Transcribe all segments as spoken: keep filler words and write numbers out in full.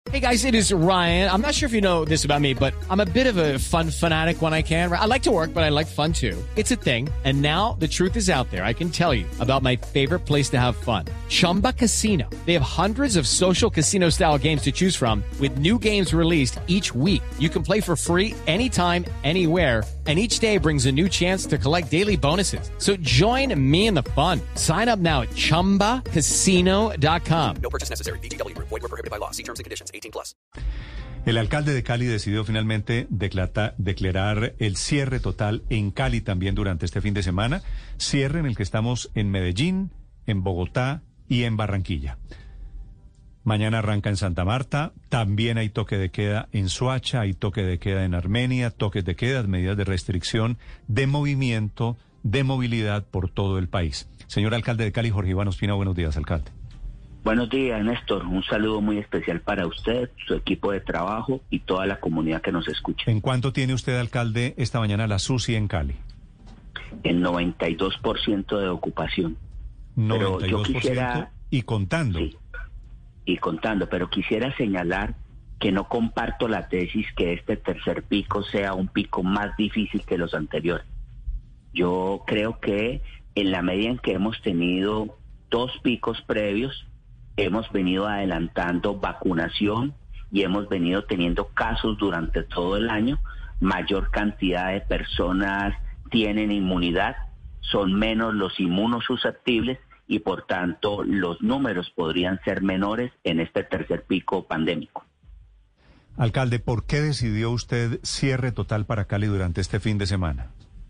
Hey guys, it is Ryan. I'm not sure if you know this about me, but I'm a bit of a fun fanatic when I can. I like to work, but I like fun too. It's a thing. And now the truth is out there. I can tell you about my favorite place to have fun. Chumba Casino. They have hundreds of social casino style games to choose from with new games released each week. You can play for free anytime, anywhere. And each day brings a new chance to collect daily bonuses. So join me in the fun. Sign up now at chumba casino dot com. No purchase necessary. V G W. Void where prohibited by law. See terms and conditions. eighteen plus. El alcalde de Cali decidió finalmente declata, declarar el cierre total en Cali también durante este fin de semana. Cierre en el que estamos en Medellín, en Bogotá y en Barranquilla. Mañana arranca en Santa Marta, también hay toque de queda en Soacha, hay toque de queda en Armenia, toques de queda, medidas de restricción, de movimiento, de movilidad por todo el país. Señor alcalde de Cali, Jorge Iván Ospina, buenos días, alcalde. Buenos días, Néstor. Un saludo muy especial para usted, su equipo de trabajo y toda la comunidad que nos escucha. ¿En cuánto tiene usted, alcalde, esta mañana la S U S I en Cali? En noventa y dos por ciento de ocupación. noventa y dos por ciento Pero yo quisiera, y contando. Sí, y contando, pero quisiera señalar que no comparto la tesis que este tercer pico sea un pico más difícil que los anteriores. Yo creo que en la medida en que hemos tenido dos picos previos, hemos venido adelantando vacunación y hemos venido teniendo casos durante todo el año. Mayor cantidad de personas tienen inmunidad, son menos los inmunosusceptibles y por tanto los números podrían ser menores en este tercer pico pandémico. Alcalde, ¿por qué decidió usted cierre total para Cali durante este fin de semana?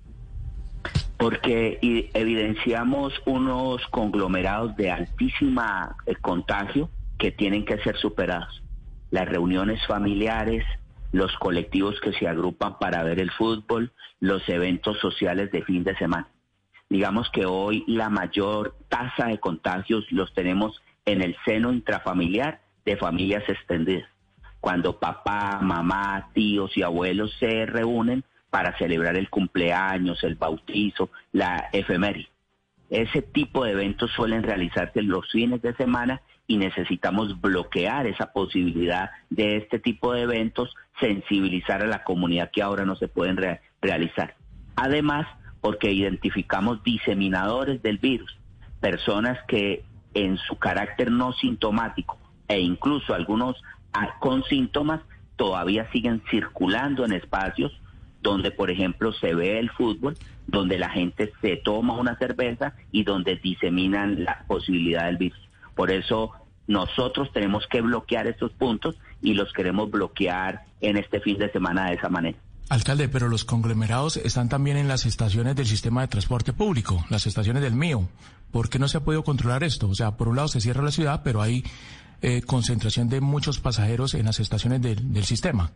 Porque evidenciamos unos conglomerados de altísima eh, contagio que tienen que ser superados. Las reuniones familiares, los colectivos que se agrupan para ver el fútbol, los eventos sociales de fin de semana. Digamos que hoy la mayor tasa de contagios los tenemos en el seno intrafamiliar de familias extendidas. Cuando papá, mamá, tíos y abuelos se reúnen para celebrar el cumpleaños, el bautizo, la efeméride. Ese tipo de eventos suelen realizarse los fines de semana y necesitamos bloquear esa posibilidad de este tipo de eventos, sensibilizar a la comunidad que ahora no se pueden re- realizar. Además, porque identificamos diseminadores del virus, personas que en su carácter no sintomático e incluso algunos con síntomas todavía siguen circulando en espacios donde, por ejemplo, se ve el fútbol, donde la gente se toma una cerveza y donde diseminan la posibilidad del virus. Por eso nosotros tenemos que bloquear estos puntos y los queremos bloquear en este fin de semana de esa manera. Alcalde, pero los conglomerados están también en las estaciones del sistema de transporte público, las estaciones del mío. ¿Por qué no se ha podido controlar esto? O sea, por un lado se cierra la ciudad, pero hay eh, concentración de muchos pasajeros en las estaciones del, del sistema.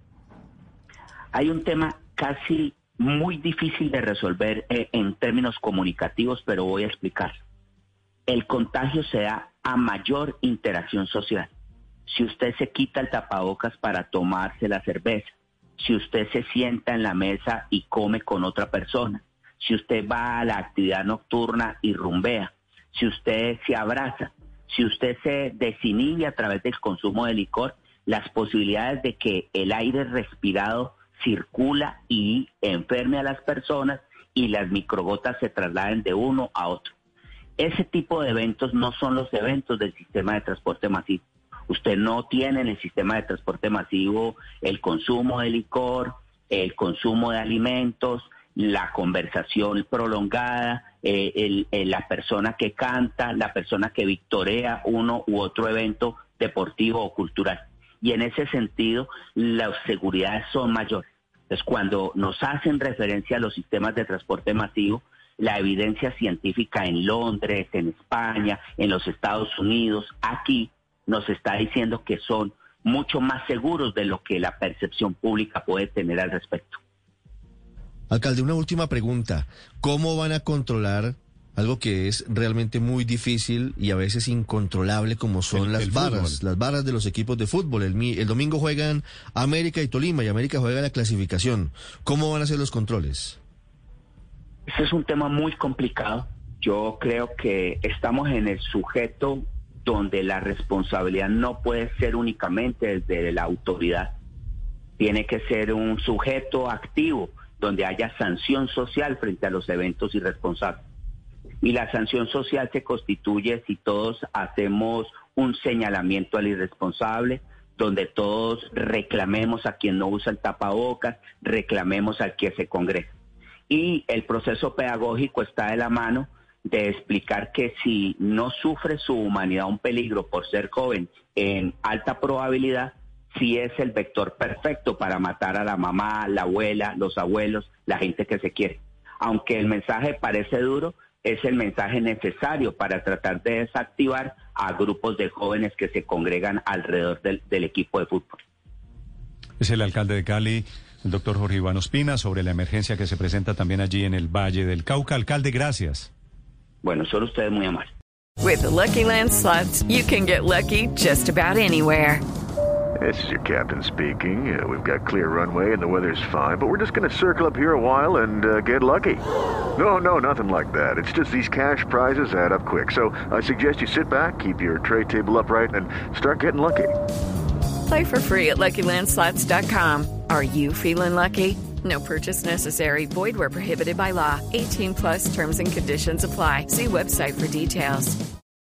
Hay un tema casi muy difícil de resolver eh, en términos comunicativos, pero voy a explicar. El contagio se da a mayor interacción social. Si usted se quita el tapabocas para tomarse la cerveza, si usted se sienta en la mesa y come con otra persona, si usted va a la actividad nocturna y rumbea, si usted se abraza, si usted se desinhibe a través del consumo de licor, las posibilidades de que el aire respirado circula y enferme a las personas y las microgotas se trasladen de uno a otro. Ese tipo de eventos no son los eventos del sistema de transporte masivo. Usted no tiene en el sistema de transporte masivo el consumo de licor, el consumo de alimentos, la conversación prolongada, eh, el, el, la persona que canta, la persona que victorea uno u otro evento deportivo o cultural. Y en ese sentido, las seguridades son mayores. Entonces, cuando nos hacen referencia a los sistemas de transporte masivo, la evidencia científica en Londres, en España, en los Estados Unidos, aquí, nos está diciendo que son mucho más seguros de lo que la percepción pública puede tener al respecto. Alcalde, una última pregunta. ¿Cómo van a controlar algo que es realmente muy difícil y a veces incontrolable como son el, las el barras, fútbol. Las barras de los equipos de fútbol? El, el domingo juegan América y Tolima y América juega la clasificación. ¿Cómo van a ser los controles? Ese es un tema muy complicado. Yo creo que estamos en el sujeto donde la responsabilidad no puede ser únicamente desde la autoridad. Tiene que ser un sujeto activo, donde haya sanción social frente a los eventos irresponsables. Y la sanción social se constituye si todos hacemos un señalamiento al irresponsable, donde todos reclamemos a quien no usa el tapabocas, reclamemos al que se congresa. Y el proceso pedagógico está de la mano de explicar que si no sufre su humanidad un peligro por ser joven en alta probabilidad, sí es el vector perfecto para matar a la mamá, la abuela, los abuelos, la gente que se quiere. Aunque el mensaje parece duro, es el mensaje necesario para tratar de desactivar a grupos de jóvenes que se congregan alrededor del, del equipo de fútbol. Es el alcalde de Cali, el doctor Jorge Iván Ospina, sobre la emergencia que se presenta también allí en el Valle del Cauca. Alcalde, gracias. Bueno, son ustedes muy amables. With the Lucky Land Slots, you can get lucky just about anywhere. This is your captain speaking. Uh, we've got clear runway and the weather's fine, but we're just going to circle up here a while and uh, get lucky. No, no, nothing like that. It's just these cash prizes add up quick. So I suggest you sit back, keep your tray table upright, and start getting lucky. Play for free at Lucky Land Slots dot com. Are you feeling lucky? No purchase necessary. Void where prohibited by law. eighteen plus terms and conditions apply. See website for details.